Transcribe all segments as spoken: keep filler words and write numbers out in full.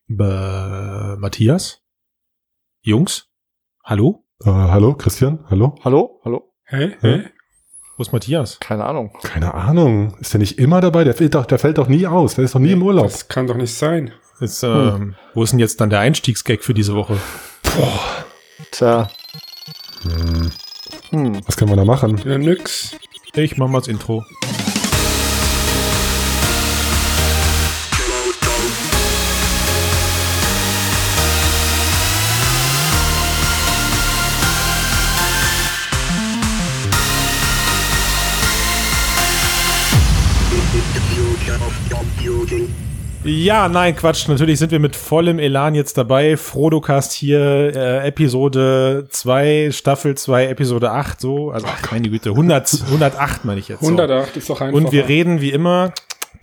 Be- Matthias? Jungs? Hallo? Äh, hallo, Christian? Hallo? Hallo? Hallo? Hä? Hä? Wo ist Matthias? Keine Ahnung. Keine Ahnung. Ist der nicht immer dabei? Der fällt doch, der fällt doch nie aus. Der ist doch nie im Urlaub. Das kann doch nicht sein. Jetzt, ähm, hm. Wo ist denn jetzt dann der Einstiegsgag für diese Woche? Boah. Tja. Hm. Hm. Was können wir da machen? Ja, nix. Ich mach mal das Intro. Ja, nein, Quatsch. Natürlich sind wir mit vollem Elan jetzt dabei. Frodocast hier, äh, Episode zwei, Staffel zwei, Episode acht, so. Also, ach, meine Güte, hundert, hundertacht meine ich jetzt. So. hundertacht ist doch einfach. Und wir reden wie immer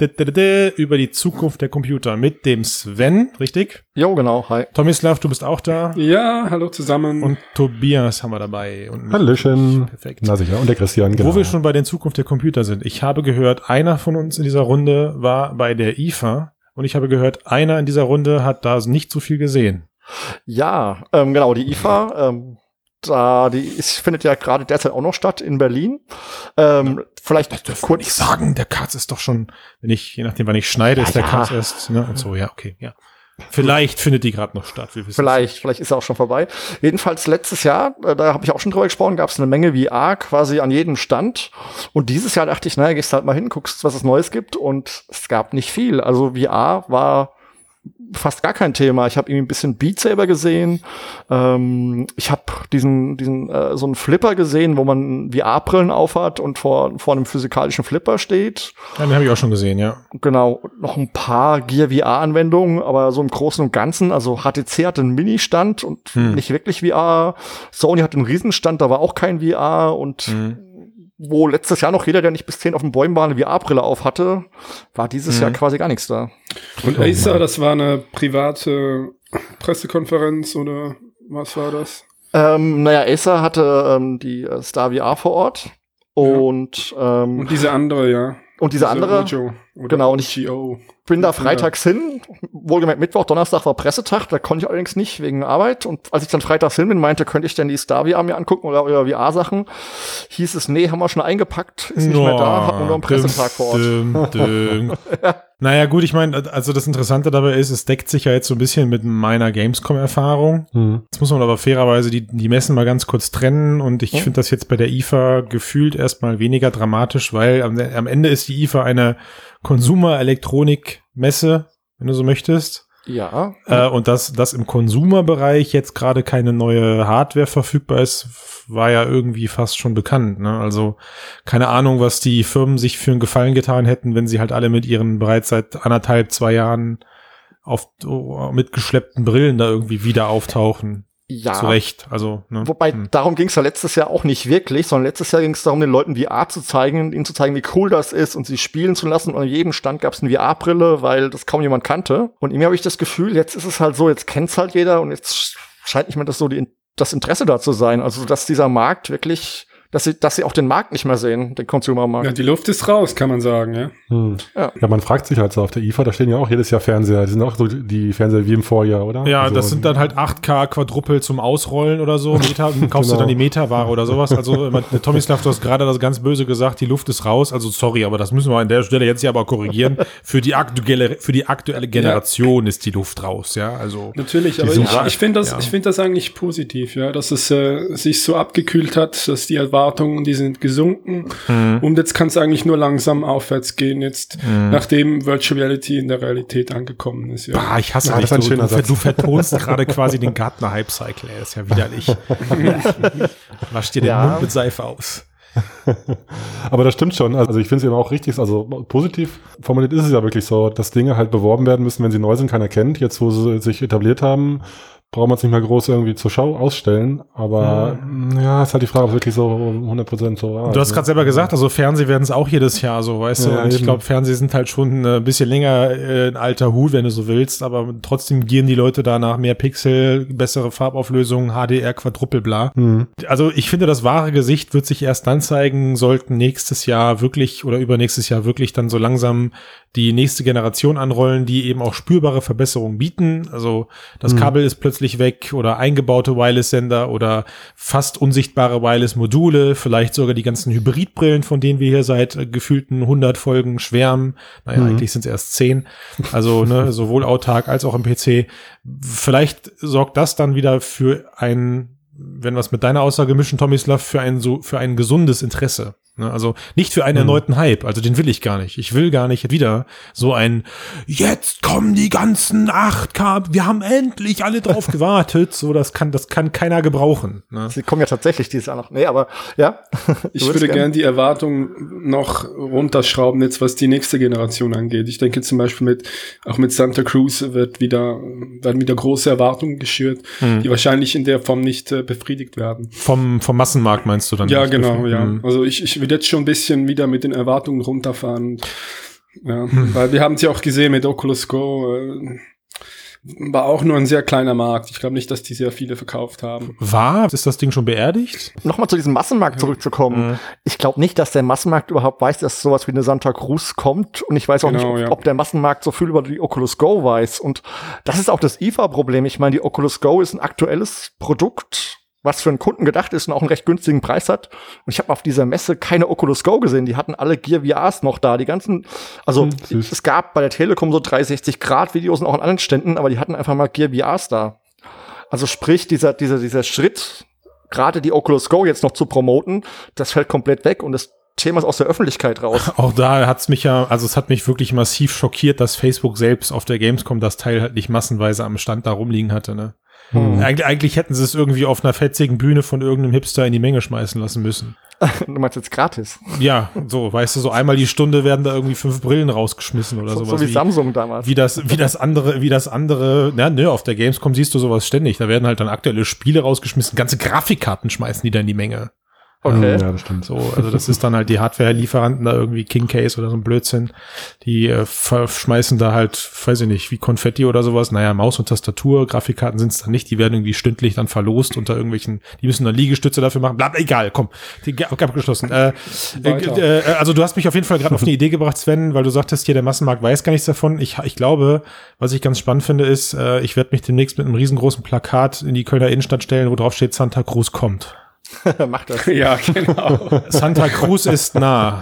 über die Zukunft der Computer mit dem Sven, richtig? Jo, genau, hi. Tomislav, du bist auch da. Ja, hallo zusammen. Und Tobias haben wir dabei. Und Hallöchen. Perfekt. Na sicher, und der Christian, genau. Wo wir schon bei der Zukunft der Computer sind. Ich habe gehört, einer von uns in dieser Runde war bei der I F A und ich habe gehört, einer in dieser Runde hat da nicht so viel gesehen. Ja, ähm, genau, die I F A, ähm, da, die ist, findet ja gerade derzeit auch noch statt in Berlin. Ähm, vielleicht das dürfen wir nicht sagen, der Katz ist doch schon, wenn ich, je nachdem, wann ich schneide, ja, ist der ja. Katz erst, ne, und so, ja, okay, ja. Vielleicht findet die gerade noch statt. Wir wissen vielleicht, vielleicht ist er auch schon vorbei. Jedenfalls letztes Jahr, äh, da habe ich auch schon drüber gesprochen, gab es eine Menge V R quasi an jedem Stand. Und dieses Jahr dachte ich, naja, gehst halt mal hin, guckst, was es Neues gibt. Und es gab nicht viel. Also V R war fast gar kein Thema. Ich habe irgendwie ein bisschen Beat Saber gesehen. Ähm, ich habe diesen, diesen äh, so einen Flipper gesehen, wo man V R-Brillen aufhat und vor vor einem physikalischen Flipper steht. Ja, den habe ich auch schon gesehen, ja. Genau. Noch ein paar Gear V R-Anwendungen, aber so im Großen und Ganzen. Also H T C hatte einen Mini-Stand und hm. nicht wirklich V R. Sony hatte einen Riesenstand, da war auch kein V R und hm. wo letztes Jahr noch jeder, der nicht bis zehn auf den Bäumen war, eine V R-Brille auf hatte, war dieses mhm. Jahr quasi gar nichts da. Und Acer, das war eine private Pressekonferenz oder was war das? Ähm, naja, Acer hatte ähm, die äh, Star V R vor Ort und ja. ähm, und diese andere, ja. Und diese, diese andere, Ojo, genau, und ich bin da freitags hin, wohlgemerkt Mittwoch, Donnerstag war Pressetag, da konnte ich allerdings nicht wegen Arbeit, und als ich dann freitags hin bin, meinte, könnte ich denn die Star V R mir angucken oder eure V R-Sachen, hieß es, nee, haben wir schon eingepackt, ist nicht oh, mehr da, hatten wir nur einen Pressetag vor Ort. Düm, düm. Ja. Naja, gut, ich meine, also das Interessante dabei ist, es deckt sich ja jetzt so ein bisschen mit meiner Gamescom-Erfahrung. Hm. Jetzt muss man aber fairerweise die, die Messen mal ganz kurz trennen, und ich hm. finde das jetzt bei der I F A gefühlt erstmal weniger dramatisch, weil am, am Ende ist die I F A eine Consumer-Elektronik-Messe, wenn du so möchtest. Ja. Äh, und dass, dass im Consumer-Bereich jetzt gerade keine neue Hardware verfügbar ist, war ja irgendwie fast schon bekannt, ne? Also keine Ahnung, was die Firmen sich für einen Gefallen getan hätten, wenn sie halt alle mit ihren bereits seit anderthalb, zwei Jahren auf oh, mitgeschleppten Brillen da irgendwie wieder auftauchen. Ja. Zu Recht, also. Ne? Wobei, hm. darum ging es ja letztes Jahr auch nicht wirklich, sondern letztes Jahr ging es darum, den Leuten V R zu zeigen, ihnen zu zeigen, wie cool das ist und sie spielen zu lassen. Und an jedem Stand gab es eine V R-Brille, weil das kaum jemand kannte. Und irgendwie habe ich das Gefühl, jetzt ist es halt so, jetzt kennt's halt jeder und jetzt scheint nicht mehr das so die, das Interesse da zu sein. Also, dass dieser Markt wirklich, dass sie, dass sie auch den Markt nicht mehr sehen, den Consumer-Markt. Ja, die Luft ist raus, kann man sagen, ja. Hm. Ja. Ja, man fragt sich halt so auf der I F A, da stehen ja auch jedes Jahr Fernseher. Die sind auch so die Fernseher wie im Vorjahr, oder? Ja, also, das sind dann halt acht K Quadruppel zum Ausrollen oder so. Meta, dann kaufst genau. du dann die Meta-Ware oder sowas. Also, Tomislav, du hast gerade das ganz böse gesagt, die Luft ist raus. Also, sorry, aber das müssen wir an der Stelle jetzt ja aber korrigieren. Für die aktuelle, für die aktuelle Generation ja. ist die Luft raus, ja. Also. Natürlich, aber ich, ich finde das, ja. ich finde das eigentlich positiv, ja, dass es äh, sich so abgekühlt hat, dass die Erwartungen, die sind gesunken mhm. und jetzt kann es eigentlich nur langsam aufwärts gehen, jetzt mhm. nachdem Virtual Reality in der Realität angekommen ist. Ja. Bah, ich hasse ja, dich, du, du, du vertonst gerade quasi den Gartner-Hype-Cycle, er ist ja widerlich. Wasch dir den ja. Mund mit Seife aus. Aber das stimmt schon. Also ich finde es eben auch richtig, also positiv formuliert ist es ja wirklich so, dass Dinge halt beworben werden müssen, wenn sie neu sind, keiner kennt. Jetzt, wo sie sich etabliert haben, braucht man es nicht mehr groß irgendwie zur Schau ausstellen, aber ja, ja ist halt die Frage, ob es wirklich so hundert Prozent so war. Du hast gerade selber gesagt, also Fernseh werden es auch jedes Jahr so, weißt ja, du, und ich glaube, Fernseh sind halt schon ein bisschen länger äh, ein alter Hut, wenn du so willst, aber trotzdem gieren die Leute da nach mehr Pixel, bessere Farbauflösung, H D R, Quadruple, bla. Mhm. Also ich finde, das wahre Gesicht wird sich erst dann zeigen, sollten nächstes Jahr wirklich oder übernächstes Jahr wirklich dann so langsam die nächste Generation anrollen, die eben auch spürbare Verbesserungen bieten. Also das mhm. Kabel ist plötzlich weg oder eingebaute Wireless-Sender oder fast unsichtbare Wireless-Module, vielleicht sogar die ganzen Hybridbrillen, von denen wir hier seit äh, gefühlten hundert Folgen schwärmen. Naja, mhm. eigentlich sind es erst zehn. Also ne, sowohl autark als auch am P C. Vielleicht sorgt das dann wieder für ein, wenn wir es mit deiner Aussage mischen, Tomislav, für ein so für ein gesundes Interesse. Also nicht für einen erneuten Hype, also den will ich gar nicht. Ich will gar nicht wieder so ein, jetzt kommen die ganzen acht K, wir haben endlich alle drauf gewartet. So, das kann, das kann keiner gebrauchen. Ne? Sie kommen ja tatsächlich dieses Jahr noch. Nee, aber ja. Ich würde gerne die Erwartungen noch runterschrauben, jetzt was die nächste Generation angeht. Ich denke zum Beispiel mit, auch mit Santa Cruz wird wieder, werden wieder große Erwartungen geschürt, hm. die wahrscheinlich in der Form nicht äh, befriedigt werden. Vom, vom Massenmarkt meinst du dann? Ja, genau, ja. Hm. Also ich, ich will jetzt schon ein bisschen wieder mit den Erwartungen runterfahren. Ja, hm. weil wir haben es ja auch gesehen mit Oculus Go, äh, war auch nur ein sehr kleiner Markt. Ich glaube nicht, dass die sehr viele verkauft haben. War? Ist das Ding schon beerdigt? Nochmal zu diesem Massenmarkt zurückzukommen. Mhm. Ich glaube nicht, dass der Massenmarkt überhaupt weiß, dass sowas wie eine Santa Cruz kommt. Und ich weiß auch genau, nicht, ob, ja. ob der Massenmarkt so viel über die Oculus Go weiß. Und das ist auch das I F A-Problem. Ich meine, die Oculus Go ist ein aktuelles Produkt, was für einen Kunden gedacht ist und auch einen recht günstigen Preis hat. Und ich habe auf dieser Messe keine Oculus Go gesehen. Die hatten alle Gear V Rs noch da. Die ganzen, also mhm. es gab bei der Telekom so dreihundertsechzig Grad Videos und auch an anderen Ständen, aber die hatten einfach mal Gear V Rs da. Also sprich, dieser, dieser, dieser Schritt, gerade die Oculus Go jetzt noch zu promoten, das fällt komplett weg und das Thema ist aus der Öffentlichkeit raus. Auch da hat's mich ja, also es hat mich wirklich massiv schockiert, dass Facebook selbst auf der Gamescom das Teil halt nicht massenweise am Stand da rumliegen hatte, ne? Hm. Eig- eigentlich hätten sie es irgendwie auf einer fetzigen Bühne von irgendeinem Hipster in die Menge schmeißen lassen müssen. Du meinst jetzt gratis? Ja, so, weißt du, so einmal die Stunde werden da irgendwie fünf Brillen rausgeschmissen oder so, sowas. So wie, wie Samsung damals. Wie das, wie das andere, wie das andere, na, nö, auf der Gamescom siehst du sowas ständig. Da werden halt dann aktuelle Spiele rausgeschmissen, ganze Grafikkarten schmeißen die da in die Menge. Okay. Ja, das stimmt. So, also das ist dann halt die Hardware-Lieferanten da irgendwie King Case oder so ein Blödsinn. Die äh, schmeißen da halt, weiß ich nicht, wie Konfetti oder sowas. Naja, Maus und Tastatur, Grafikkarten sind es dann nicht. Die werden irgendwie stündlich dann verlost unter irgendwelchen, die müssen dann Liegestütze dafür machen. Bla, egal, komm, die, abgeschlossen. Äh, äh, äh, also du hast mich auf jeden Fall gerade auf eine Idee gebracht, Sven, weil du sagtest, hier der Massenmarkt weiß gar nichts davon. Ich, ich glaube, was ich ganz spannend finde, ist, äh, ich werde mich demnächst mit einem riesengroßen Plakat in die Kölner Innenstadt stellen, wo drauf steht, Santa Cruz kommt. Mach das. Ja, genau. Santa Cruz ist nah.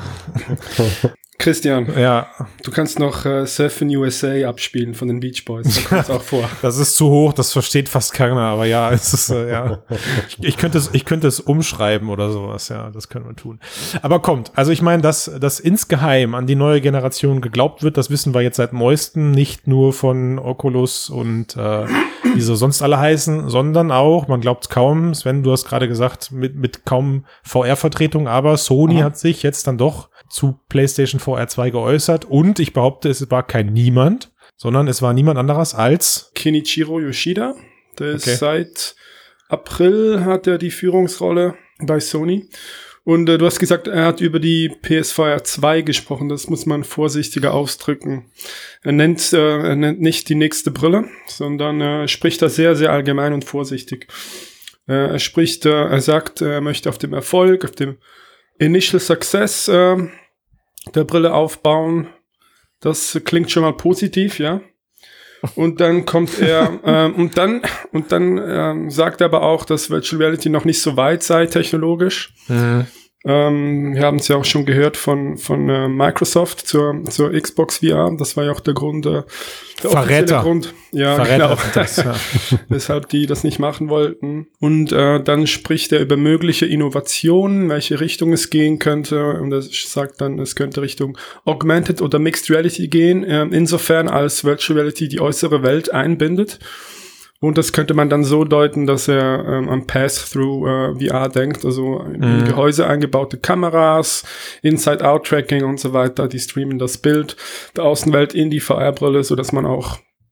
Christian, ja, du kannst noch äh, Surfin' U S A abspielen von den Beach Boys. Das kommt auch vor. Das ist zu hoch, das versteht fast keiner, aber ja, es ist, äh, ja. Ich, ich könnte es, ich könnte es umschreiben oder sowas, ja, das können wir tun. Aber kommt, also ich meine, dass, dass insgeheim an die neue Generation geglaubt wird, das wissen wir jetzt seit neuestem, nicht nur von Oculus und äh, wie so sonst alle heißen, sondern auch, man glaubt es kaum, Sven, du hast gerade gesagt, mit, mit kaum V R-Vertretung, aber Sony Aha. hat sich jetzt dann doch zu PlayStation V R zwei geäußert und ich behaupte, es war kein Niemand, sondern es war niemand anderes als Kenichiro Yoshida. Der okay. ist seit April hat er die Führungsrolle bei Sony. Und äh, du hast gesagt, er hat über die P S V R zwei gesprochen. Das muss man vorsichtiger ausdrücken. Er nennt, äh, er nennt nicht die nächste Brille, sondern äh, spricht da sehr, sehr allgemein und vorsichtig. Äh, er spricht, äh, er sagt, er möchte auf dem Erfolg, auf dem Initial Success äh, der Brille aufbauen. Das klingt schon mal positiv, ja. Und dann kommt er ähm, und dann und dann ähm, sagt er aber auch, dass Virtual Reality noch nicht so weit sei technologisch. Mhm. Ähm, wir haben es ja auch schon gehört von von äh, Microsoft zur zur Xbox V R. Das war ja auch der Grund, äh, der Verräter. Grund, ja, Verräter genau, das, ja. weshalb die das nicht machen wollten. Und äh, dann spricht er über mögliche Innovationen, welche Richtung es gehen könnte. Und er sagt dann, es könnte Richtung Augmented oder Mixed Reality gehen, äh, insofern als Virtual Reality die äußere Welt einbindet. Und das könnte man dann so deuten, dass er ähm, am Pass-Through äh, V R denkt, also in mhm. Gehäuse eingebaute Kameras, Inside-Out-Tracking und so weiter, die streamen das Bild der Außenwelt in die V R-Brille, sodass man auch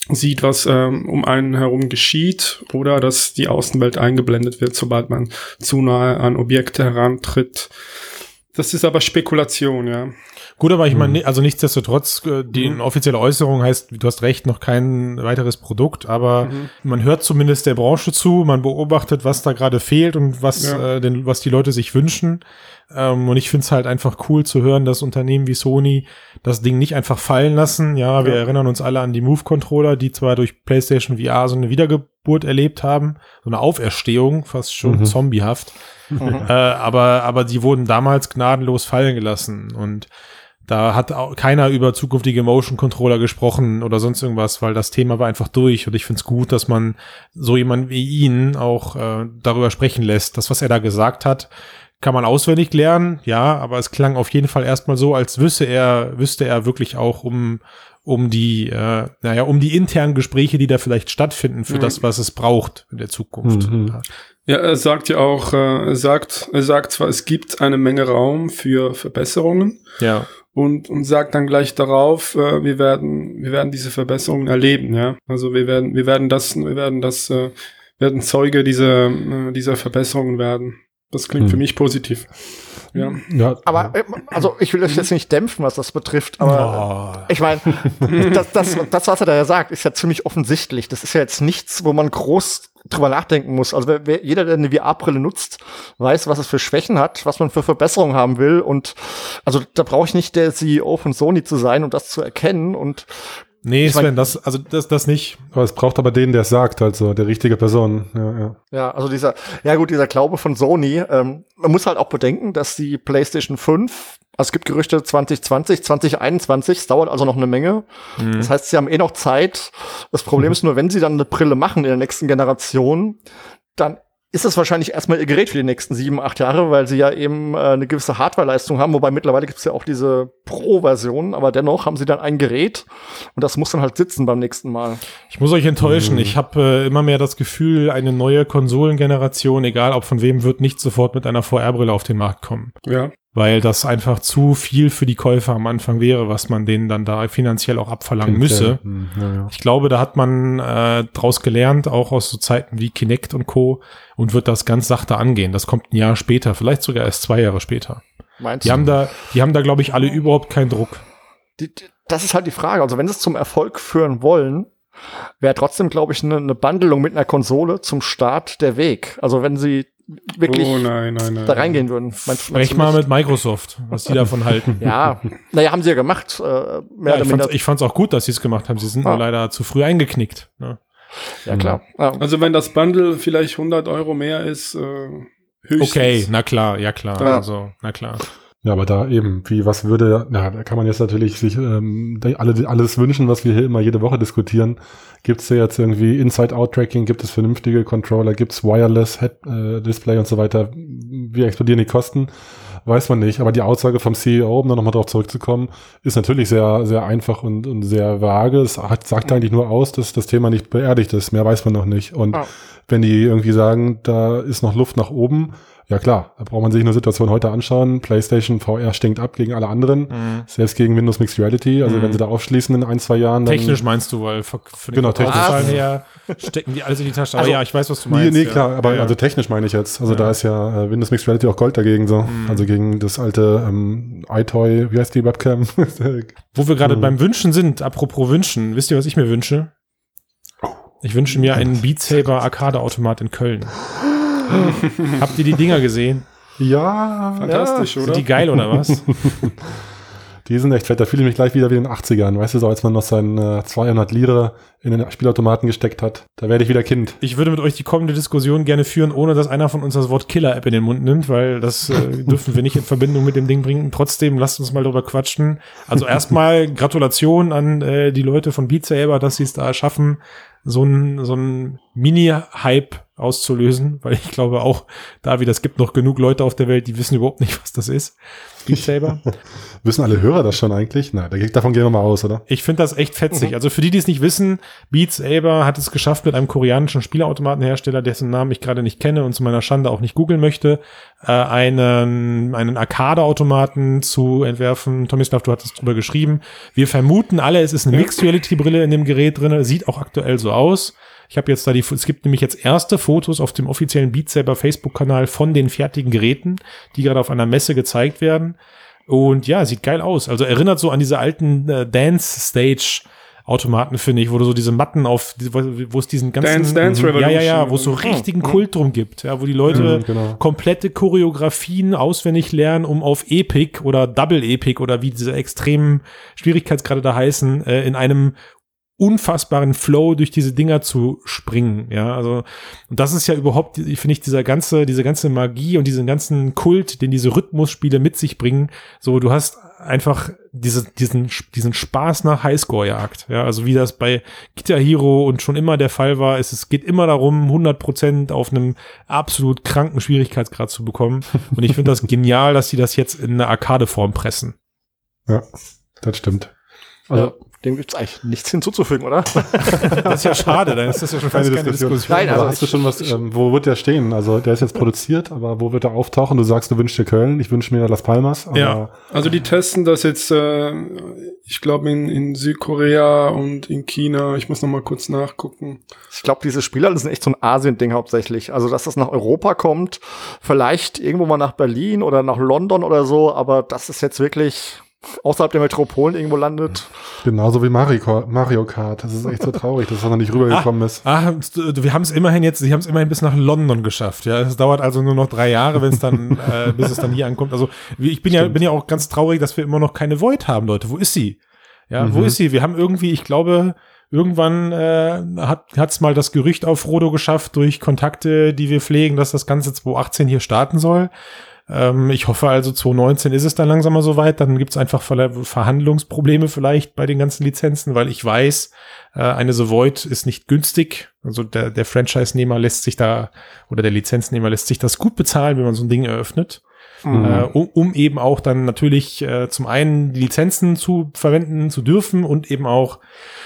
sieht, was ähm, um einen herum geschieht, oder dass die Außenwelt eingeblendet wird, sobald man zu nahe an Objekte herantritt. Das ist aber Spekulation, ja. Gut, aber ich meine, also nichtsdestotrotz, die Mhm. offizielle Äußerung heißt, du hast recht, noch kein weiteres Produkt, aber Mhm. man hört zumindest der Branche zu, man beobachtet, was da gerade fehlt und was, Ja. äh, denn, was die Leute sich wünschen. Ähm, und ich finde es halt einfach cool zu hören, dass Unternehmen wie Sony das Ding nicht einfach fallen lassen. Ja, wir Ja. erinnern uns alle an die Move-Controller, die zwar durch PlayStation V R so eine Wiedergeburt erlebt haben, so eine Auferstehung, fast schon Mhm. zombiehaft. Äh, aber, aber die wurden damals gnadenlos fallen gelassen und da hat auch keiner über zukünftige Motion-Controller gesprochen oder sonst irgendwas, weil das Thema war einfach durch und ich finde es gut, dass man so jemanden wie ihn auch äh, darüber sprechen lässt. Das, was er da gesagt hat, kann man auswendig lernen, ja, aber es klang auf jeden Fall erstmal so, als wüsste er, wüsste er wirklich auch um um die, äh, naja, um die internen Gespräche, die da vielleicht stattfinden für Mhm. das, was es braucht in der Zukunft. Mhm. Ja, er sagt ja auch, äh, er sagt, er sagt zwar, es gibt eine Menge Raum für Verbesserungen, Ja. und und sagt dann gleich darauf, äh, wir werden wir werden diese Verbesserungen erleben, ja. Also wir werden wir werden das wir werden das äh, werden Zeuge dieser äh, dieser Verbesserungen werden. Das klingt Hm. für mich positiv. Ja. Ja, Aber, äh, also, ich will das jetzt nicht dämpfen, was das betrifft, aber Oh. ich meine, das, das, das, was er da ja sagt, ist ja ziemlich offensichtlich. Das ist ja jetzt nichts, wo man groß drüber nachdenken muss. Also wer, wer, jeder, der eine V R-Brille nutzt, weiß, was es für Schwächen hat, was man für Verbesserungen haben will. Und also da brauche ich nicht der C E O von Sony zu sein, um das zu erkennen. Und Nee, Ich mein- Sven, das, also das, das nicht. aber es braucht aber den, der es sagt, also der richtige Person. Ja, ja. ja, also dieser, ja gut, dieser Glaube von Sony, ähm, man muss halt auch bedenken, dass die PlayStation fünf, also es gibt Gerüchte zwanzig zwanzig, zwanzig einundzwanzig, es dauert also noch eine Menge. Das heißt, sie haben eh noch Zeit. Das Problem ist nur, wenn sie dann eine Brille machen in der nächsten Generation, dann ist das wahrscheinlich erstmal ihr Gerät für die nächsten sieben, acht Jahre, weil sie ja eben äh, eine gewisse Hardwareleistung haben, wobei mittlerweile gibt es ja auch diese Pro-Version, aber dennoch haben sie dann ein Gerät und das muss dann halt sitzen beim nächsten Mal. Ich muss euch enttäuschen. Ich habe äh, immer mehr das Gefühl, eine neue Konsolengeneration, egal ob von wem, wird nicht sofort mit einer V R-Brille auf den Markt kommen. Ja. Weil das einfach zu viel für die Käufer am Anfang wäre, was man denen dann da finanziell auch abverlangen müsse. Hm, ja, ja. Ich glaube, da hat man äh, draus gelernt, auch aus so Zeiten wie Kinect und Co. und wird das ganz sachte angehen. Das kommt ein Jahr später, vielleicht sogar erst zwei Jahre später. Meinst Die du? haben da, die haben da, glaube ich, alle überhaupt keinen Druck. Die, die, das ist halt die Frage. Also wenn sie es zum Erfolg führen wollen, wäre trotzdem, glaube ich, eine, eine Bundelung mit einer Konsole zum Start der Weg. Also wenn sie wirklich Oh nein, nein, nein. da reingehen würden. Meinst, meinst Sprech du mal nicht? mit Microsoft, was die davon halten. Ja, naja, haben sie ja gemacht. Äh, mehr Ja, oder ich, minder. fand's, ich fand's auch gut, dass sie es gemacht haben. Sie sind Ah. nur leider zu früh eingeknickt. Ne? Ja, klar. Ja. Also wenn das Bundle vielleicht hundert Euro mehr ist, äh, höchstens. Okay, na klar, ja klar. Ja. Also, na klar. Ja, aber da eben, wie, was würde, na, da kann man jetzt natürlich sich ähm, da alle, alles wünschen, was wir hier immer jede Woche diskutieren. Gibt es da jetzt irgendwie Inside-Out-Tracking, gibt es vernünftige Controller, gibt es Wireless-Display äh, und so weiter? Wie explodieren die Kosten? Weiß man nicht. Aber die Aussage vom C E O, um da nochmal drauf zurückzukommen, ist natürlich sehr, sehr einfach und, und sehr vage. Es hat, sagt eigentlich nur aus, dass das Thema nicht beerdigt ist. Mehr weiß man noch nicht. Und Ah. wenn die irgendwie sagen, da ist noch Luft nach oben, ja klar, da braucht man sich eine Situation heute anschauen. PlayStation V R stinkt ab gegen alle anderen, Mhm. selbst gegen Windows Mixed Reality. Also Mhm. wenn sie da aufschließen in ein, zwei Jahren, dann Technisch meinst du, weil für, für Genau, technisch. Verkaufszahlen her stecken die alles in die Tasche. Aber Also- ja, ich weiß, was du Nee, meinst. nee, ja. klar, aber ja. also technisch meine ich jetzt. Also Ja. da ist ja äh, Windows Mixed Reality auch Gold dagegen so. Mhm. Also gegen das alte ähm, iToy, wie heißt die Webcam? Wo wir gerade Mhm. beim Wünschen sind, apropos Wünschen, wisst ihr, was ich mir wünsche? Ich wünsche mir einen Beat Saber Arcade-Automat in Köln. Habt ihr die Dinger gesehen? ja, Fantastisch, Sind oder? die geil oder was? die sind echt fett. Da fühle ich mich gleich wieder wie in den achtzigern. Weißt du, so als man noch seine äh, zweihundert Lire in den Spielautomaten gesteckt hat. Da werde ich wieder Kind. Ich würde mit euch die kommende Diskussion gerne führen, ohne dass einer von uns das Wort Killer-App in den Mund nimmt, weil das äh, dürfen wir nicht in Verbindung mit dem Ding bringen. Trotzdem, lasst uns mal drüber quatschen. Also erstmal Gratulation an äh, die Leute von Beat Saber, dass sie es da schaffen, so ein so ein Mini-Hype auszulösen, weil ich glaube auch, David, es gibt noch genug Leute auf der Welt, die wissen überhaupt nicht, was das ist. Beat Saber. Wissen alle Hörer das schon eigentlich? Na, davon gehen wir mal aus, oder? Ich finde das echt fetzig. Mhm. Also für die, die es nicht wissen, Beat Saber hat es geschafft, mit einem koreanischen Spielautomatenhersteller, dessen Namen ich gerade nicht kenne und zu meiner Schande auch nicht googeln möchte, äh, einen, einen Arcade-Automaten zu entwerfen. Tomislav, du hattest drüber geschrieben. Wir vermuten alle, es ist eine Mixed-Reality-Brille in dem Gerät drin. Sieht auch aktuell so aus. Ich habe jetzt da die, es gibt nämlich jetzt erste Fotos auf dem offiziellen Beat Saber Facebook-Kanal von den fertigen Geräten, die gerade auf einer Messe gezeigt werden. Und ja, sieht geil aus. Also erinnert so an diese alten äh, Dance-Stage-Automaten, finde ich, wo du so diese Matten auf, wo es diesen ganzen, Dance, Dance Revolution. ja, ja, ja, wo es so richtigen Kult drum gibt, ja, wo die Leute Mhm, genau. komplette Choreografien auswendig lernen, um auf Epic oder Double Epic oder wie diese extremen Schwierigkeitsgrade da heißen, äh, in einem unfassbaren Flow durch diese Dinger zu springen, ja, also, und das ist ja überhaupt, finde ich, dieser ganze, diese ganze Magie und diesen ganzen Kult, den diese Rhythmusspiele mit sich bringen, so, du hast einfach diese, diesen, diesen Spaß nach Highscore-Jagd, ja, also wie das bei Guitar Hero und schon immer der Fall war, ist, es geht immer darum, hundert Prozent auf einem absolut kranken Schwierigkeitsgrad zu bekommen, und ich finde das genial, dass die das jetzt in eine Arcade-Form pressen. Ja, das stimmt. Also, ja. Dem gibt's eigentlich nichts hinzuzufügen, oder? Das ist ja schade, dann ist das ja schon fast keine Diskussion. Diskussion. Nein, aber also hast du ich- schon was, ähm, wo wird der stehen? Also der ist jetzt produziert, aber wo wird er auftauchen? Du sagst, du wünschst dir Köln, ich wünsche mir Las Palmas. Aber Ja. Also die testen das jetzt, äh, ich glaube in, in Südkorea und in China. Ich muss noch mal kurz nachgucken. Ich glaube, diese Spiele das sind echt so ein Asien-Ding hauptsächlich. Also, dass das nach Europa kommt, vielleicht irgendwo mal nach Berlin oder nach London oder so, aber das ist jetzt wirklich außerhalb der Metropolen irgendwo landet. genauso wie Mario, Mario Kart. Das ist echt so traurig, dass er noch nicht rübergekommen ist. Ah, wir haben es immerhin jetzt, sie haben es immerhin bis nach London geschafft, ja. Es dauert also nur noch drei Jahre, wenn es dann, äh, bis es dann hier ankommt. Also wie- ich bin ja, bin ja auch ganz traurig, dass wir immer noch keine Void haben, Leute. Wo ist sie? Ja, Mhm. wo ist sie? Wir haben irgendwie, ich glaube, irgendwann äh, hat hat's mal das Gerücht auf Frodo geschafft durch Kontakte, die wir pflegen, dass das Ganze zwanzig achtzehn hier starten soll. Ähm, ich hoffe also, zwanzig neunzehn ist es dann langsam mal soweit. Dann gibt's einfach Ver Verhandlungsprobleme vielleicht bei den ganzen Lizenzen, weil ich weiß, äh, eine The Void ist nicht günstig. Also der, der Franchise-Nehmer lässt sich da, oder der Lizenznehmer lässt sich das gut bezahlen, wenn man so ein Ding eröffnet. Mhm. Äh, um, um eben auch dann natürlich äh, zum einen die Lizenzen zu verwenden zu dürfen und eben auch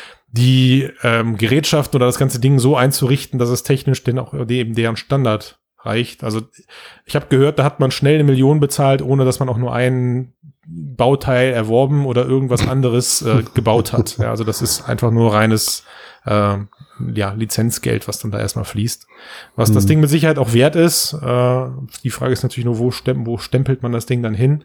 die ähm, Gerätschaften oder das ganze Ding so einzurichten, dass es technisch denn auch eben deren Standard reicht. Also ich habe gehört, da hat man schnell eine Million bezahlt, ohne dass man auch nur ein Bauteil erworben oder irgendwas anderes äh, gebaut hat. Ja, also das ist einfach nur reines äh, ja, Lizenzgeld, was dann da erstmal fließt. Was Mhm. das Ding mit Sicherheit auch wert ist. Äh, die Frage ist natürlich nur, wo, stem wo stempelt man das Ding dann hin?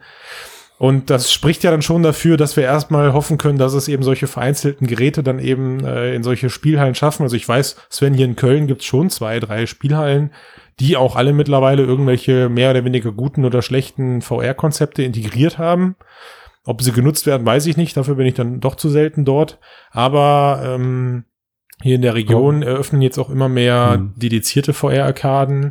Und das spricht ja dann schon dafür, dass wir erstmal hoffen können, dass es eben solche vereinzelten Geräte dann eben äh, in solche Spielhallen schaffen. Also ich weiß, Sven, hier in Köln gibt's schon zwei, drei Spielhallen, die auch alle mittlerweile irgendwelche mehr oder weniger guten oder schlechten V R-Konzepte integriert haben. Ob sie genutzt werden, weiß ich nicht. Dafür bin ich dann doch zu selten dort. Aber ähm, hier in der Region eröffnen jetzt auch immer mehr Mhm. dedizierte V R-Arkaden.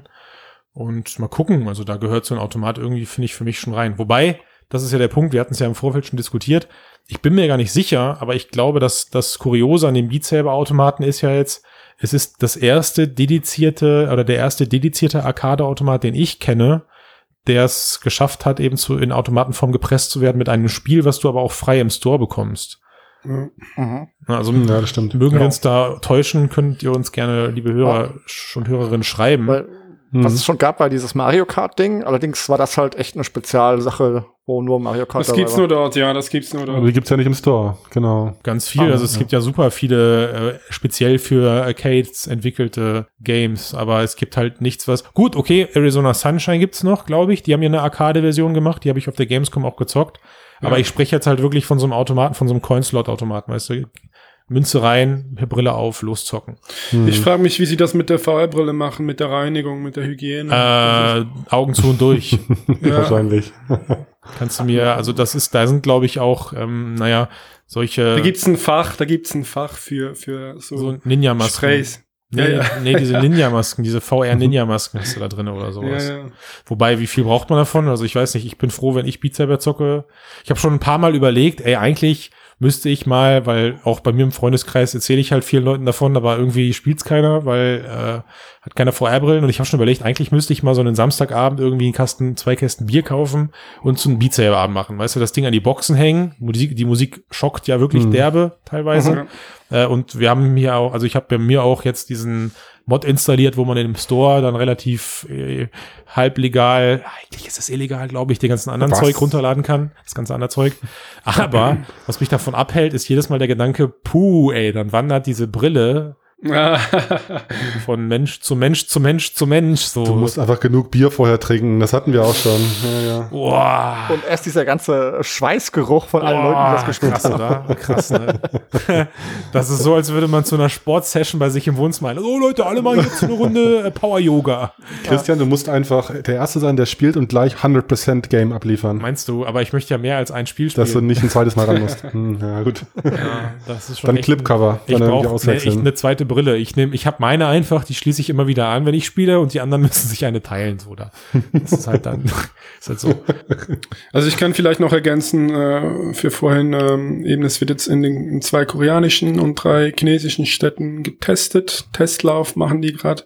Und mal gucken. Also da gehört so ein Automat irgendwie, finde ich, für mich schon rein. Wobei, das ist ja der Punkt, wir hatten es ja im Vorfeld schon diskutiert. Ich bin mir gar nicht sicher, aber ich glaube, dass das Kuriose an dem Beat Saber Automaten ist ja jetzt, es ist das erste dedizierte oder der erste dedizierte Arcade-Automat, den ich kenne, der es geschafft hat, eben zu, in Automatenform gepresst zu werden mit einem Spiel, was du aber auch frei im Store bekommst. Ja. Mhm. Also Ja, das stimmt. mögen Ja. wir uns da täuschen, könnt ihr uns gerne, liebe Hörer und Hörerinnen, schreiben. Weil, Mhm. was es schon gab, war dieses Mario Kart-Ding. Allerdings war das halt echt eine Spezialsache, wo nur Mario Kart Das dabei gibt's war. nur dort, ja, das gibt's nur Aber dort. die gibt's ja nicht im Store, genau. Ganz viel. Ah, Also es ja. gibt ja super viele äh, speziell für Arcades entwickelte Games, aber es gibt halt nichts, was. Gut, okay, Arizona Sunshine gibt's noch, glaube ich. Die haben ja eine Arcade-Version gemacht, die habe ich auf der Gamescom auch gezockt. Aber Ja. ich spreche jetzt halt wirklich von so einem Automaten, von so einem Coin-Slot-Automaten, weißt du? Münze rein, Brille auf, loszocken. Mhm. Ich frage mich, wie sie das mit der V R-Brille machen, mit der Reinigung, mit der Hygiene. Äh, Augen zu und durch. Ja. Wahrscheinlich. Kannst du mir, also das ist, da sind, glaube ich, auch, ähm, naja, solche Da gibt's ein Fach, da gibt's ein Fach für, für so, so Ninja-Masken. Sprays. Nee, Ja, ja. nee, diese Ninja-Masken, diese V R-Ninja-Masken hast du da drin oder sowas. Ja, ja. Wobei, wie viel braucht man davon? Also ich weiß nicht, ich bin froh, wenn ich Beat Saber zocke. Ich habe schon ein paar Mal überlegt, ey, eigentlich müsste ich mal, weil auch bei mir im Freundeskreis erzähle ich halt vielen Leuten davon, aber irgendwie spielt's keiner, weil äh, hat keiner V R-Brillen und ich habe schon überlegt, eigentlich müsste ich mal so einen Samstagabend irgendwie einen Kasten, zwei Kästen Bier kaufen und so einen Beat Saber Abend machen. Weißt du, das Ding an die Boxen hängen, Musik, die Musik schockt ja wirklich mhm. derbe teilweise. Mhm. Äh, und wir haben hier auch, also ich habe bei mir auch jetzt diesen Mod installiert, wo man im Store dann relativ äh, halblegal, eigentlich ist es illegal, glaube ich, den ganzen anderen was? Zeug runterladen kann, das ganze andere Zeug. Aber was mich davon abhält, ist jedes Mal der Gedanke, puh, ey, dann wandert diese Brille von Mensch zu Mensch zu Mensch zu Mensch. So. Du musst einfach genug Bier vorher trinken, das hatten wir auch schon. Ja, ja. Wow. Und erst dieser ganze Schweißgeruch von allen Leuten, die das gespielt haben. Krass, oder? Krass, ne? Das ist so, als würde man zu einer Sportsession bei sich im Wohnzimmer ein. Oh Leute, alle mal jetzt eine Runde Power-Yoga. Christian, du musst einfach der Erste sein, der spielt und gleich hundert Prozent Game abliefern. Meinst du? Aber ich möchte ja mehr als ein Spiel spielen. Dass du nicht ein zweites Mal ran musst. Hm, ja, gut. Ja, das ist schon dann Clipcover. Ich brauche ne, eine zweite Brille. Ich nehme, ich habe meine einfach, die schließe ich immer wieder an, wenn ich spiele, und die anderen müssen sich eine teilen, so da. Das ist halt dann, ist halt so. Also ich kann vielleicht noch ergänzen, äh, für vorhin, ähm, eben, es wird jetzt in den in zwei koreanischen und drei chinesischen Städten getestet. Testlauf machen die gerade.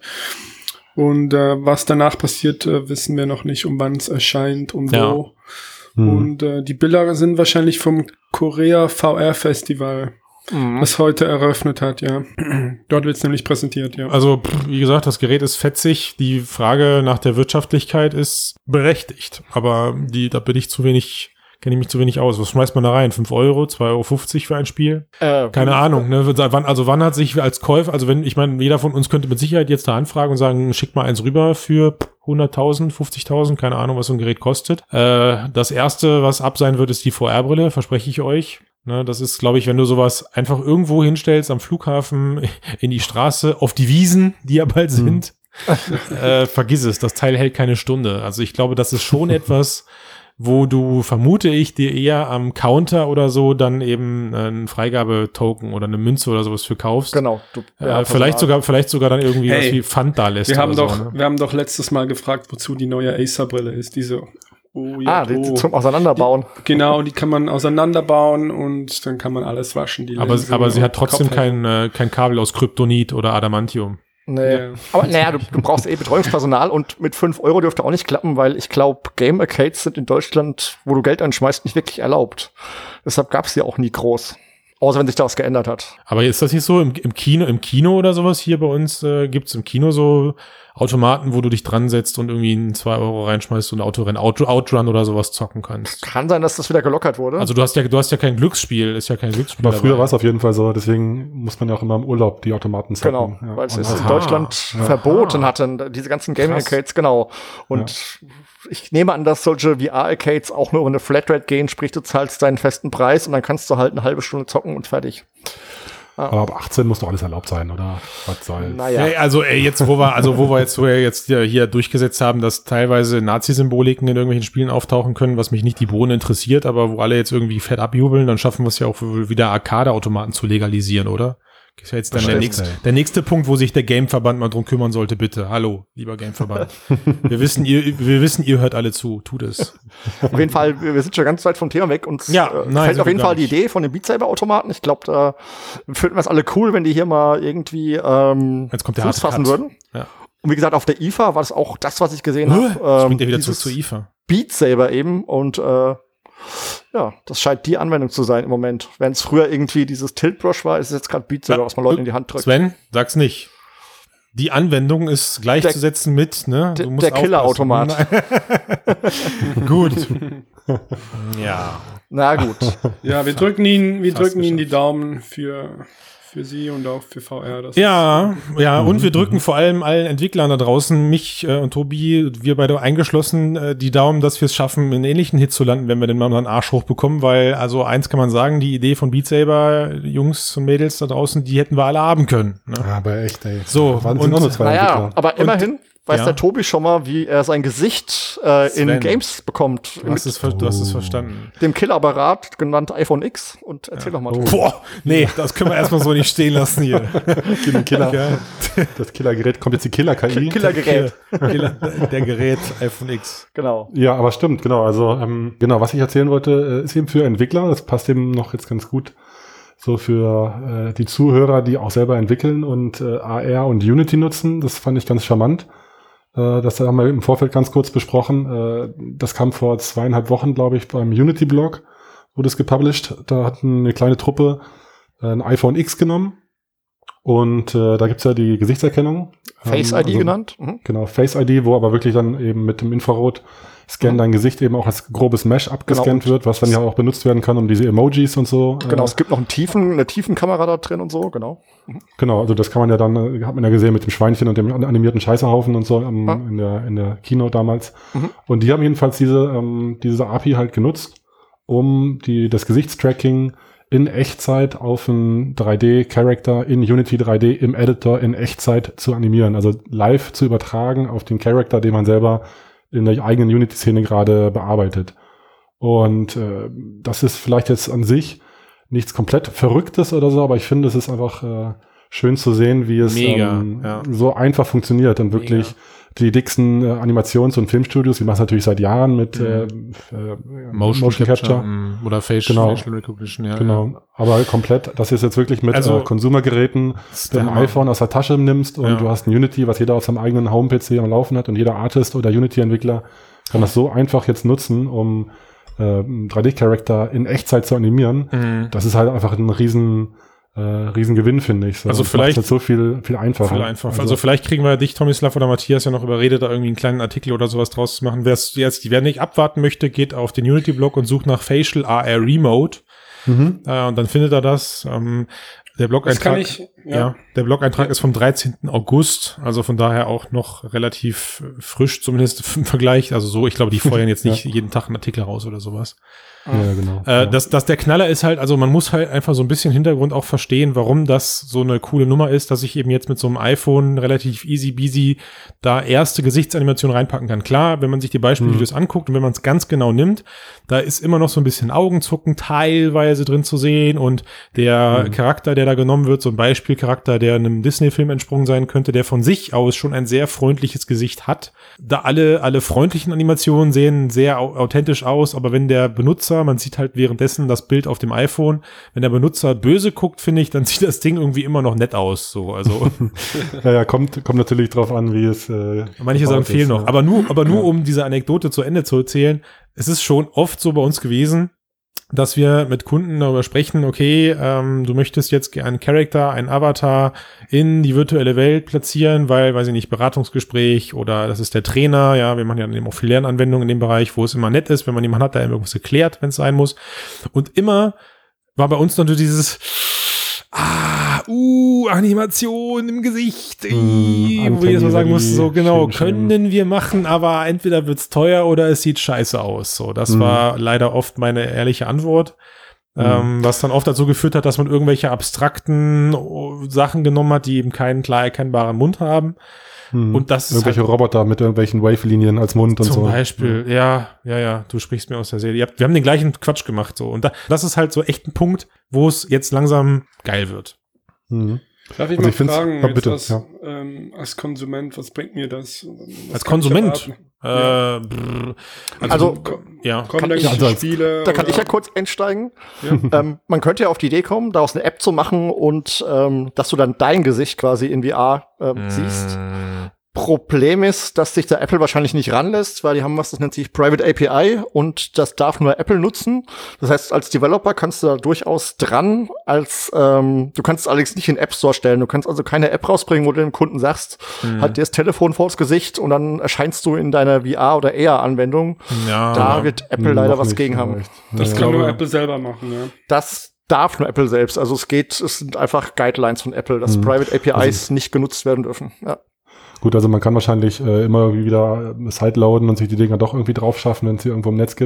Und äh, was danach passiert, äh, wissen wir noch nicht, um wann es erscheint und ja. wo. Hm. Und äh, die Bilder sind wahrscheinlich vom Korea V R Festival. Mhm. Was heute eröffnet hat, ja. Dort wird es nämlich präsentiert, ja. Also, wie gesagt, das Gerät ist fetzig. Die Frage nach der Wirtschaftlichkeit ist berechtigt. Aber die, da bin ich zu wenig, kenne ich mich zu wenig aus. Was schmeißt man da rein? fünf Euro, zwei Euro fünfzig für ein Spiel? Äh, Keine Ahnung, ne? Wann, also wann hat sich als Käufer, also wenn, ich meine, jeder von uns könnte mit Sicherheit jetzt da anfragen und sagen, schick mal eins rüber für hunderttausend, fünfzigtausend, keine Ahnung, was so ein Gerät kostet. Äh, das erste, was ab sein wird, ist die V R-Brille, verspreche ich euch. Ne, das ist, glaube ich, wenn du sowas einfach irgendwo hinstellst, am Flughafen, in die Straße, auf die Wiesen, die ja bald sind, mhm. äh, vergiss es, das Teil hält keine Stunde. Also ich glaube, das ist schon etwas, wo du, vermute ich, dir eher am Counter oder so dann eben einen Freigabetoken oder eine Münze oder sowas für kaufst. Genau. Du, ja, äh, vielleicht sogar, vielleicht sogar dann irgendwie hey, was wie Pfand da lässt. Wir haben oder doch, so, ne? wir haben doch letztes Mal gefragt, wozu die neue Acer-Brille ist, diese Oh, ja, ah, die, die zum Auseinanderbauen. Die, genau, die kann man auseinanderbauen und dann kann man alles waschen. Die aber aber sie hat trotzdem kein, äh, kein Kabel aus Kryptonit oder Adamantium. Nee. Ja. Aber naja, du, du brauchst eh Betreuungspersonal und mit fünf Euro dürfte auch nicht klappen, weil ich glaube, Game Arcades sind in Deutschland, wo du Geld anschmeißt, nicht wirklich erlaubt. Deshalb gab es die auch nie groß. Außer wenn sich da was geändert hat. Aber ist das nicht so im, im Kino, im Kino oder sowas hier bei uns, äh, gibt's im Kino so Automaten, wo du dich dran setzt und irgendwie einen zwei Euro reinschmeißt und ein Autorennen, Auto, Outrun oder sowas zocken kannst? Kann sein, dass das wieder gelockert wurde. Also du hast ja, du hast ja kein Glücksspiel, ist ja kein Glücksspiel. Aber früher war es auf jeden Fall so, deswegen muss man ja auch immer im Urlaub die Automaten zocken. Genau, ja. Weil es in aha, Deutschland ja. verboten hatten, diese ganzen Game-Arcades, genau. Und ja. ich nehme an, dass solche V R-Arcades auch nur über eine Flatrate gehen, sprich du zahlst deinen festen Preis und dann kannst du halt eine halbe Stunde zocken und fertig. Aber ab achtzehn muss doch alles erlaubt sein, oder? Was soll's? Naja. Ja, also ey, jetzt, wo wir, also wo wir jetzt, wo wir jetzt hier, hier durchgesetzt haben, dass teilweise Nazi-Symboliken in irgendwelchen Spielen auftauchen können, was mich nicht die Bohne interessiert, aber wo alle jetzt irgendwie fett abjubeln, dann schaffen wir es ja auch wieder Arcade-Automaten zu legalisieren, oder? Das ist ja jetzt dann der nächste, der nächste Punkt, wo sich der Gameverband mal drum kümmern sollte, bitte. Hallo, lieber Gameverband. wir wissen, ihr, wir wissen, ihr hört alle zu. Tut es. Auf jeden Fall, wir sind schon ganz weit vom Thema weg und ja, äh, nein, fällt auf jeden Fall die Idee von den Beat Saber Automaten. Ich glaube, da finden wir es alle cool, wenn die hier mal irgendwie ähm, jetzt kommt der Fuß fassen würden. Ja. Und wie gesagt, auf der I F A war das auch das, was ich gesehen habe. Ähm, bringt ja wieder zurück zur I F A. Beat Saber eben und äh, ja, das scheint die Anwendung zu sein im Moment. Wenn es früher irgendwie dieses Tiltbrush war, ist es jetzt gerade Beat Saber, was man Leuten in die Hand drückt. Sven, sag's nicht. Die Anwendung ist gleichzusetzen der, mit, ne? Du musst der Killer-Automat. Gut. Ja. Na gut. Ja, wir drücken ihn, wir drücken Ihnen die Daumen für für Sie und auch für V R. Das ja, ja, mhm. und wir drücken vor allem allen Entwicklern da draußen, mich äh, und Tobi, wir beide eingeschlossen, äh, die Daumen, dass wir es schaffen, in ähnlichen Hit zu landen, wenn wir den mal unseren Arsch hochbekommen, weil, also eins kann man sagen, die Idee von Beat Saber, Jungs und Mädels da draußen, die hätten wir alle haben können. Ne? Aber echt, ey. So, waren und, noch nur zwei naja, Entwickler. aber immerhin weiß ja. der Tobi schon mal, wie er sein Gesicht äh, in Games bekommt. Du hast, es, du hast es verstanden. Dem Killer-Apparat, genannt iPhone X. Und erzähl ja. doch mal. Oh. Boah, nee, das können wir erstmal so nicht stehen lassen hier. Killer. Ja. Das Killergerät, kommt jetzt die Killer-K I. Killergerät. Killer, der Gerät iPhone X. Genau. Ja, aber stimmt, genau. Also, ähm, genau, was ich erzählen wollte, ist eben für Entwickler. Das passt eben noch jetzt ganz gut. So für äh, die Zuhörer, die auch selber entwickeln und äh, A R und Unity nutzen. Das fand ich ganz charmant. Äh, das haben wir im Vorfeld ganz kurz besprochen. Äh, das kam vor zweieinhalb Wochen, glaube ich, beim Unity-Blog, wurde es gepublished. Da hat eine kleine Truppe äh, ein iPhone X genommen. Und äh, da gibt's ja die Gesichtserkennung. Face ähm, I D also, genannt. Mhm. Genau, Face I D, wo aber wirklich dann eben mit dem Infrarot-Scan mhm. dein Gesicht eben auch als grobes Mesh abgescannt genau, wird, was dann ja auch benutzt werden kann, um diese Emojis und so. Genau, äh, es gibt noch einen tiefen, eine Tiefenkamera da drin und so, genau. Mhm. Genau, also das kann man ja dann, äh, hat man ja gesehen mit dem Schweinchen und dem animierten Scheißerhaufen und so ähm, ah. in der in der Keynote damals. Mhm. Und die haben jedenfalls diese ähm, diese A P I halt genutzt, um die das Gesichtstracking in Echtzeit auf einen drei D-Character in Unity drei D im Editor in Echtzeit zu animieren. Also live zu übertragen auf den Character, den man selber in der eigenen Unity-Szene gerade bearbeitet. Und äh, das ist vielleicht jetzt an sich nichts komplett Verrücktes oder so, aber ich finde, es ist einfach äh, schön zu sehen, wie es Mega, ähm, ja. so einfach funktioniert und wirklich Mega. Die dicksten äh, Animations- und Filmstudios, die machen es natürlich seit Jahren mit mhm. äh, äh, Motion, Motion Capture, Capture. Oder Facial, genau. Facial Recognition. Ja, genau, ja. Aber komplett, das ist jetzt wirklich mit also, äh, Consumer-Geräten, du ein iPhone aus der Tasche nimmst und ja. du hast ein Unity, was jeder auf seinem eigenen Home-P C am Laufen hat und jeder Artist oder Unity-Entwickler kann das so einfach jetzt nutzen, um äh, einen drei D-Charakter in Echtzeit zu animieren. Mhm. Das ist halt einfach ein riesen Äh, Riesengewinn, finde ich. So. Also vielleicht halt so viel, viel einfacher. Viel einfacher. Also, also vielleicht kriegen wir dich, Tomislav oder Matthias ja noch überredet, da irgendwie einen kleinen Artikel oder sowas draus zu machen. Wer es jetzt, wer nicht abwarten möchte, geht auf den Unity-Blog und sucht nach Facial A R Remote. Mhm. Äh, und dann findet er das. Ähm, der Blog-Eintrag, das kann ich, ja. ja, der Blog-Eintrag ist vom dreizehnten August, also von daher auch noch relativ frisch, zumindest im Vergleich. Also so, ich glaube, die feuern jetzt nicht ja. jeden Tag einen Artikel raus oder sowas. Ja, genau. Äh, ja. dass, dass der Knaller ist halt, also man muss halt einfach so ein bisschen Hintergrund auch verstehen, warum das so eine coole Nummer ist, dass ich eben jetzt mit so einem iPhone relativ easy beasy da erste Gesichtsanimation reinpacken kann. Klar, wenn man sich die Beispielvideos mhm. anguckt und wenn man es ganz genau nimmt, da ist immer noch so ein bisschen Augenzucken teilweise drin zu sehen und der mhm. Charakter, der da genommen wird, so ein Beispielcharakter, der einem Disney-Film entsprungen sein könnte, der von sich aus schon ein sehr freundliches Gesicht hat. Da alle, alle freundlichen Animationen sehen sehr au- authentisch aus, aber wenn der Benutzer, man sieht halt währenddessen das Bild auf dem iPhone, wenn der Benutzer böse guckt, finde ich, dann sieht das Ding irgendwie immer noch nett aus, so, also. ja, ja, kommt, kommt natürlich drauf an, wie es, äh, manche Sachen fehlen noch, ja. aber nur, aber nur, ja. um diese Anekdote zu Ende zu erzählen, es ist schon oft so bei uns gewesen, dass wir mit Kunden darüber sprechen, okay, ähm, du möchtest jetzt einen Charakter, einen Avatar in die virtuelle Welt platzieren, weil, weiß ich nicht, Beratungsgespräch oder das ist der Trainer, ja, wir machen ja eben auch viel Lernanwendungen in dem Bereich, wo es immer nett ist, wenn man jemanden hat, der irgendwas erklärt, wenn es sein muss. Und immer war bei uns natürlich dieses Ah, uh, Animation im Gesicht, mm, wo ich jetzt mal sagen muss, so genau, schön, können schön. wir machen, aber entweder wird's teuer oder es sieht scheiße aus. So, das mm. war leider oft meine ehrliche Antwort, mm. ähm, was dann oft dazu geführt hat, dass man irgendwelche abstrakten Sachen genommen hat, die eben keinen klar erkennbaren Mund haben. Hm. Und das irgendwelche ist halt, Roboter mit irgendwelchen Wave-Linien als Mund und zum so. Zum Beispiel, ja, ja, ja, du sprichst mir aus der Seele. Wir haben den gleichen Quatsch gemacht, so. Und da, das ist halt so echt ein Punkt, wo es jetzt langsam geil wird. Mhm. Darf ich also mal ich fragen, ja, bitte, als, ja. ähm, als Konsument, was bringt mir das? Was als Konsument? Äh, ja. brr, also, also ko- ja. kommen kann da ich, also Spiele? Da kann oder? ich ja kurz einsteigen. Ja. ähm, man könnte ja auf die Idee kommen, daraus eine App zu machen und ähm, dass du dann dein Gesicht quasi in V R ähm, mm. siehst. Problem ist, dass sich da Apple wahrscheinlich nicht ranlässt, weil die haben was, das nennt sich Private A P I und das darf nur Apple nutzen. Das heißt, als Developer kannst du da durchaus dran, als ähm, du kannst es allerdings nicht in den App Store stellen. Du kannst also keine App rausbringen, wo du dem Kunden sagst, mhm. halt dir das Telefon vors Gesicht und dann erscheinst du in deiner V R- oder A R-Anwendung. Ja, da ja. wird Apple leider was gegen haben. Das ja. kann nur Apple selber machen, ja. Das darf nur Apple selbst. Also es geht, es sind einfach Guidelines von Apple, dass mhm. Private A P Is also nicht genutzt werden dürfen. Ja. Gut, also man kann wahrscheinlich äh, immer wieder sideloaden und sich die Dinger doch irgendwie drauf schaffen, wenn es sie irgendwo im Netz gibt.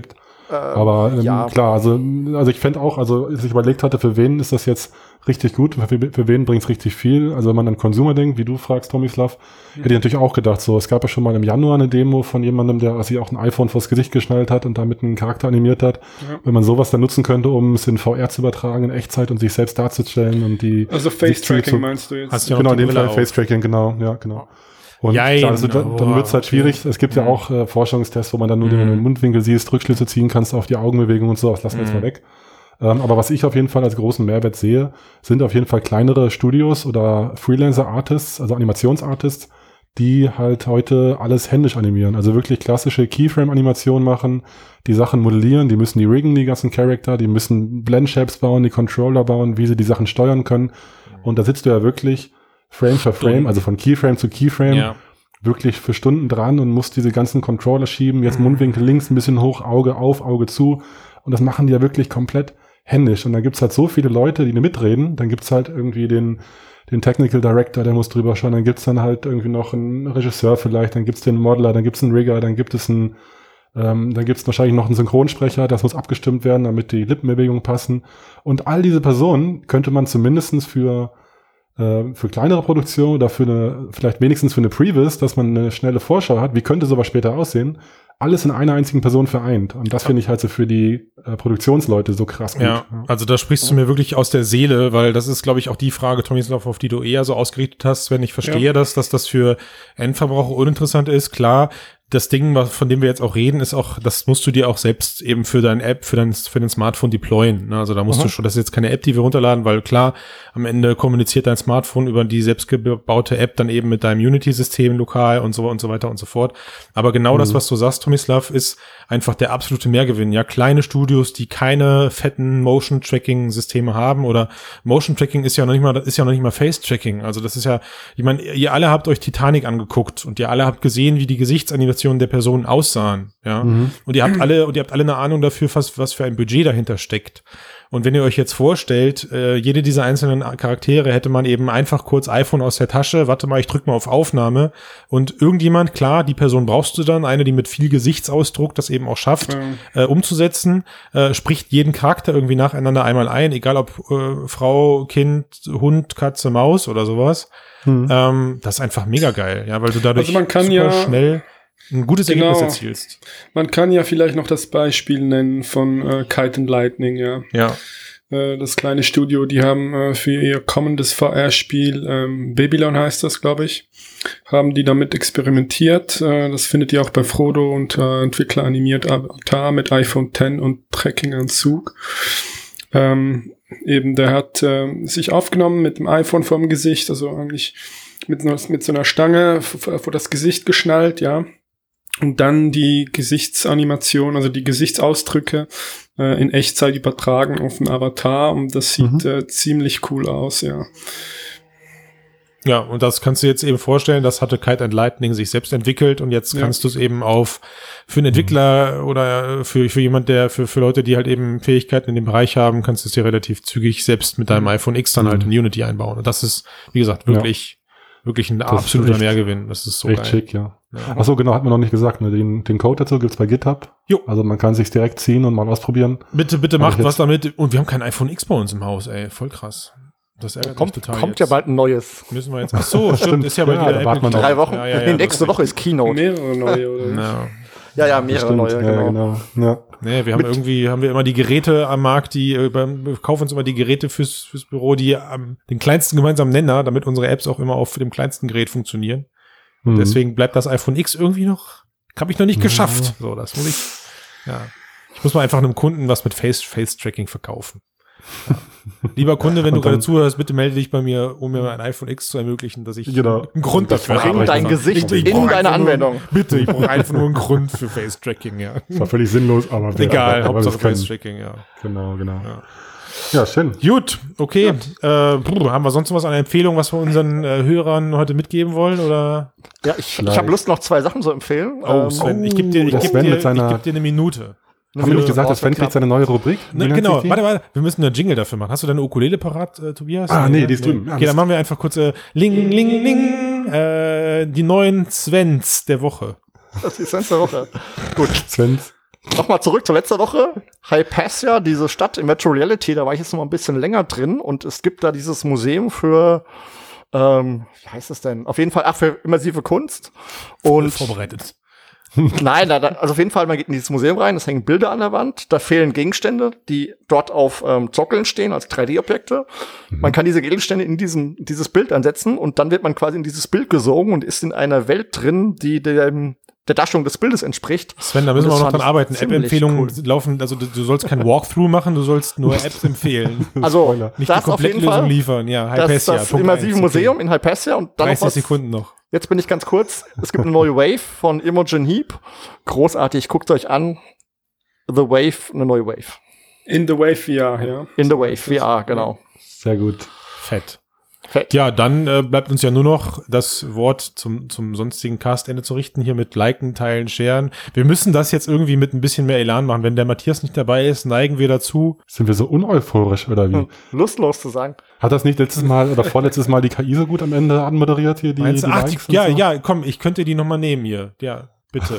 Ähm, Aber ähm, ja. klar, also, also ich fände auch, also als ich überlegt hatte, für wen ist das jetzt richtig gut, für, für wen bringt es richtig viel. Also wenn man an Consumer denkt, wie du fragst, Tomislav, mhm. hätte ich natürlich auch gedacht, so, es gab ja schon mal im Januar eine Demo von jemandem, der sich auch ein iPhone vors Gesicht geschnallt hat und damit einen Charakter animiert hat. Ja. Wenn man sowas dann nutzen könnte, um es in V R zu übertragen, in Echtzeit und sich selbst darzustellen und die... Also Face-Tracking meinst du jetzt? Hast du genau, in dem Fall Face-Tracking, genau, ja, genau. Und Jein, klar, also dann, dann wird es halt schwierig. Okay. Es gibt ja mhm. auch äh, Forschungstests, wo man dann nur mhm. den Mundwinkel siehst, Rückschlüsse ziehen kannst auf die Augenbewegung und so. Das lassen wir mhm. jetzt mal weg. Ähm, aber was ich auf jeden Fall als großen Mehrwert sehe, sind auf jeden Fall kleinere Studios oder Freelancer-Artists, also Animationsartists, die halt heute alles händisch animieren. Also wirklich klassische Keyframe-Animationen machen, die Sachen modellieren, die müssen die riggen, die ganzen Charakter, die müssen Blend-Shapes bauen, die Controller bauen, wie sie die Sachen steuern können. Und da sitzt du ja wirklich Frame für Frame, also von Keyframe zu Keyframe, ja. wirklich für Stunden dran und musst diese ganzen Controller schieben, jetzt Mundwinkel links ein bisschen hoch, Auge auf, Auge zu. Und das machen die ja wirklich komplett händisch. Und dann gibt's halt so viele Leute, die mitreden. Dann gibt's halt irgendwie den, den Technical Director, der muss drüber schauen. Dann gibt's dann halt irgendwie noch einen Regisseur vielleicht. Dann gibt's den Modeler, dann gibt's einen Rigger, dann gibt es einen, ähm, dann gibt's wahrscheinlich noch einen Synchronsprecher. Das muss abgestimmt werden, damit die Lippenbewegungen passen. Und all diese Personen könnte man zumindestens für für kleinere Produktionen oder für eine, vielleicht wenigstens für eine Previs, dass man eine schnelle Vorschau hat, wie könnte sowas später aussehen, alles in einer einzigen Person vereint. Und das finde ich halt so für die äh, Produktionsleute so krass gut. Ja, also da sprichst du mir wirklich aus der Seele, weil das ist, glaube ich, auch die Frage, Tomislav, auf die du eher so ausgerichtet hast, wenn ich verstehe, ja. dass, dass das für Endverbraucher uninteressant ist. Klar, das Ding, von dem wir jetzt auch reden, ist auch, das musst du dir auch selbst eben für deine App, für dein, für dein Smartphone deployen. Ne? Also da musst Aha. du schon, das ist jetzt keine App, die wir runterladen, weil klar, am Ende kommuniziert dein Smartphone über die selbstgebaute App dann eben mit deinem Unity-System lokal und so und so weiter und so fort. Aber genau mhm. das, was du sagst, Tomislav, ist einfach der absolute Mehrgewinn. Ja, kleine Studios, die keine fetten Motion-Tracking-Systeme haben oder Motion-Tracking ist ja noch nicht mal, ist ja noch nicht mal Face-Tracking. Also das ist ja, ich meine, ihr alle habt euch Titanic angeguckt und ihr alle habt gesehen, wie die Gesichtsanimation der Personen aussahen, ja. Mhm. Und ihr habt alle, und ihr habt alle eine Ahnung dafür, was, was für ein Budget dahinter steckt. Und wenn ihr euch jetzt vorstellt, äh, jede dieser einzelnen Charaktere hätte man eben einfach kurz iPhone aus der Tasche, warte mal, ich drück mal auf Aufnahme und irgendjemand, klar, die Person brauchst du dann, eine, die mit viel Gesichtsausdruck das eben auch schafft, mhm. äh, umzusetzen, äh, spricht jeden Charakter irgendwie nacheinander einmal ein, egal ob äh, Frau, Kind, Hund, Katze, Maus oder sowas. Mhm. Ähm, das ist einfach mega geil, ja, weil du dadurch also man kann super ja schnell ein gutes genau. Ergebnis erzielst. Man kann ja vielleicht noch das Beispiel nennen von äh, Kite and Lightning, ja. Ja. Äh, das kleine Studio, die haben äh, für ihr kommendes V R-Spiel, ähm, Babylon heißt das, glaube ich, haben die damit experimentiert. Äh, das findet ihr auch bei Frodo und äh, Entwickler animiert Avatar mit iPhone X und Tracking-Anzug. Ähm, eben, der hat äh, sich aufgenommen mit dem iPhone vorm Gesicht, also eigentlich mit, mit so einer Stange vor, vor das Gesicht geschnallt, ja. Und dann die Gesichtsanimation, also die Gesichtsausdrücke äh, in Echtzeit übertragen auf den Avatar und das sieht mhm. äh, ziemlich cool aus, ja. Ja, und das kannst du jetzt eben vorstellen, das hatte Kite and Lightning sich selbst entwickelt und jetzt kannst ja. du es eben auf für einen Entwickler mhm. oder für für jemand, der für für Leute, die halt eben Fähigkeiten in dem Bereich haben, kannst du es dir relativ zügig selbst mit deinem mhm. iPhone X dann halt in Unity einbauen. Und das ist, wie gesagt, wirklich ja. wirklich ein das absoluter echt, Mehrgewinn. Das ist so echt geil. Schick, ja. ja. Achso, genau, hat man noch nicht gesagt. Ne? Den, den Code dazu gibt's bei GitHub. Jo. Also man kann sich's direkt ziehen und mal ausprobieren. Bitte, bitte macht was damit. Und wir haben kein iPhone X bei uns im Haus, ey. Voll krass. Das ärgert kommt, mich total. Kommt jetzt. ja bald ein neues. Müssen wir jetzt. Ach so, stimmt. Ist ja bald ja, wieder Apple. Drei Wochen. Ja, ja, ja, nee, nächste Woche ist Keynote. Mehrere neue, oder? Ja. Ja, ja, mehrere Stimmt, neue, ja, genau. genau. Ja. Nee, wir haben Mit irgendwie, haben wir immer die Geräte am Markt, die, äh, beim, wir kaufen uns immer die Geräte fürs, fürs Büro, die am, den kleinsten gemeinsamen Nenner, damit unsere Apps auch immer auf dem kleinsten Gerät funktionieren. Mhm. Deswegen bleibt das iPhone X irgendwie noch, habe ich noch nicht geschafft. Mhm. So, das muss ich, ja. Ich muss mal einfach einem Kunden was mit Face, Face-Tracking verkaufen. Ja. Lieber Kunde, wenn du gerade zuhörst, bitte melde dich bei mir, um mir mein iPhone X zu ermöglichen, dass ich genau. einen Grund dafür habe. Bring dein Gesicht ich, ich in deine Anwendung. Nur, bitte, ich brauche einfach nur einen Grund für Face-Tracking, ja. Das war völlig sinnlos, aber egal, aber, aber Hauptsache Face-Tracking, ja. Genau, genau. Ja, ja schön. Gut, okay. Gut. Äh, haben wir sonst noch was an Empfehlung, was wir unseren äh, Hörern heute mitgeben wollen, oder? Ja, ich, ich habe Lust, noch zwei Sachen zu empfehlen. Oh, Sven, ich gebe dir, ich geb dir, ich geb dir eine Minute. Haben wir nicht gesagt, dass Sven kriegt seine neue Rubrik? Ne, genau, warte, warte, wir müssen einen Jingle dafür machen. Hast du deine Ukulele parat, äh, Tobias? Ah, nee, die ist drüben. Okay, dann machen wir einfach kurz äh, Ling, Ling, Ling, äh, die neuen Svens der Woche. Das ist die Svens der Woche. Gut. Svens. Nochmal zurück zur letzten Woche. Hypatia, diese Stadt in Metro Reality, da war ich jetzt noch mal ein bisschen länger drin und es gibt da dieses Museum für, ähm, wie heißt es denn? Auf jeden Fall, ach, für immersive Kunst. Und vorbereitet. Nein, da, da, also auf jeden Fall, man geht in dieses Museum rein, es hängen Bilder an der Wand, da fehlen Gegenstände, die dort auf ähm, Sockeln stehen, als drei D-Objekte. Mhm. Man kann diese Gegenstände in diesem, dieses Bild ansetzen und dann wird man quasi in dieses Bild gesogen und ist in einer Welt drin, die dem der Darstellung des Bildes entspricht. Sven, da müssen wir auch noch dran arbeiten. App-Empfehlungen cool. laufen, also du, du sollst kein Walkthrough machen, du sollst nur Apps empfehlen. Also, nicht das die Komplettlösung auf jeden Fall liefern. Ja, Hypatia. Das ist das immersive Museum in Hypatia und dann dreißig noch was, Sekunden noch. Jetzt bin ich ganz kurz. Es gibt eine neue Wave von Imogen Heap. Großartig, guckt euch an. The Wave, eine neue Wave. In the Wave V R, ja. In the Wave V R, genau. Sehr gut. Fett. Fett. Ja, dann äh, bleibt uns ja nur noch das Wort zum, zum sonstigen Castende zu richten, hier mit Liken, Teilen, Sharen. Wir müssen das jetzt irgendwie mit ein bisschen mehr Elan machen. Wenn der Matthias nicht dabei ist, neigen wir dazu. Sind wir so uneuphorisch oder wie? Hm, lustlos zu sagen. Hat das nicht letztes Mal oder vorletztes Mal die K I so gut am Ende anmoderiert hier? Die, Meinst du? die Ach, Likes die, ja, und so? ja, komm, ich könnte die nochmal nehmen hier. Ja, bitte.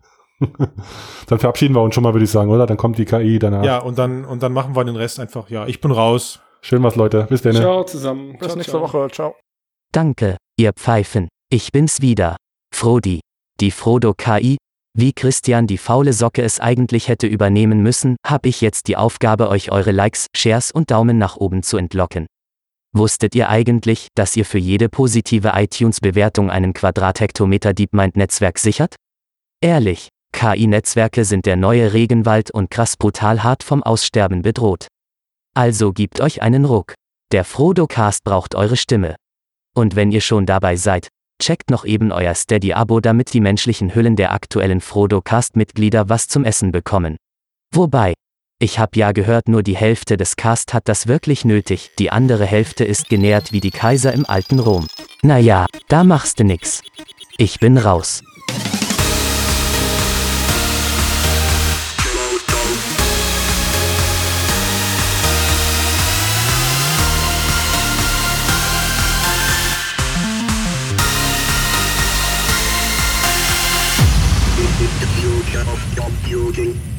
Dann verabschieden wir uns schon mal, würde ich sagen, oder? Dann kommt die K I danach. Ja, und dann, und dann machen wir den Rest einfach. Ja, ich bin raus. Schön was, Leute. Bis dann. Ciao zusammen. Bis ciao, nächste ciao. Woche. Ciao. Danke, ihr Pfeifen. Ich bin's wieder. Frodi. Die Frodo-K I. Wie Christian die faule Socke es eigentlich hätte übernehmen müssen, habe ich jetzt die Aufgabe, euch eure Likes, Shares und Daumen nach oben zu entlocken. Wusstet ihr eigentlich, dass ihr für jede positive iTunes-Bewertung einen Quadrathektometer DeepMind-Netzwerk sichert? Ehrlich, K I-Netzwerke sind der neue Regenwald und krass brutal hart vom Aussterben bedroht. Also gebt euch einen Ruck. Der Frodo-Cast braucht eure Stimme. Und wenn ihr schon dabei seid, checkt noch eben euer Steady-Abo, damit die menschlichen Hüllen der aktuellen Frodo-Cast-Mitglieder was zum Essen bekommen. Wobei, ich hab ja gehört, nur die Hälfte des Cast hat das wirklich nötig, die andere Hälfte ist genährt wie die Kaiser im alten Rom. Naja, da machst du nix. Ich bin raus. Future of computing.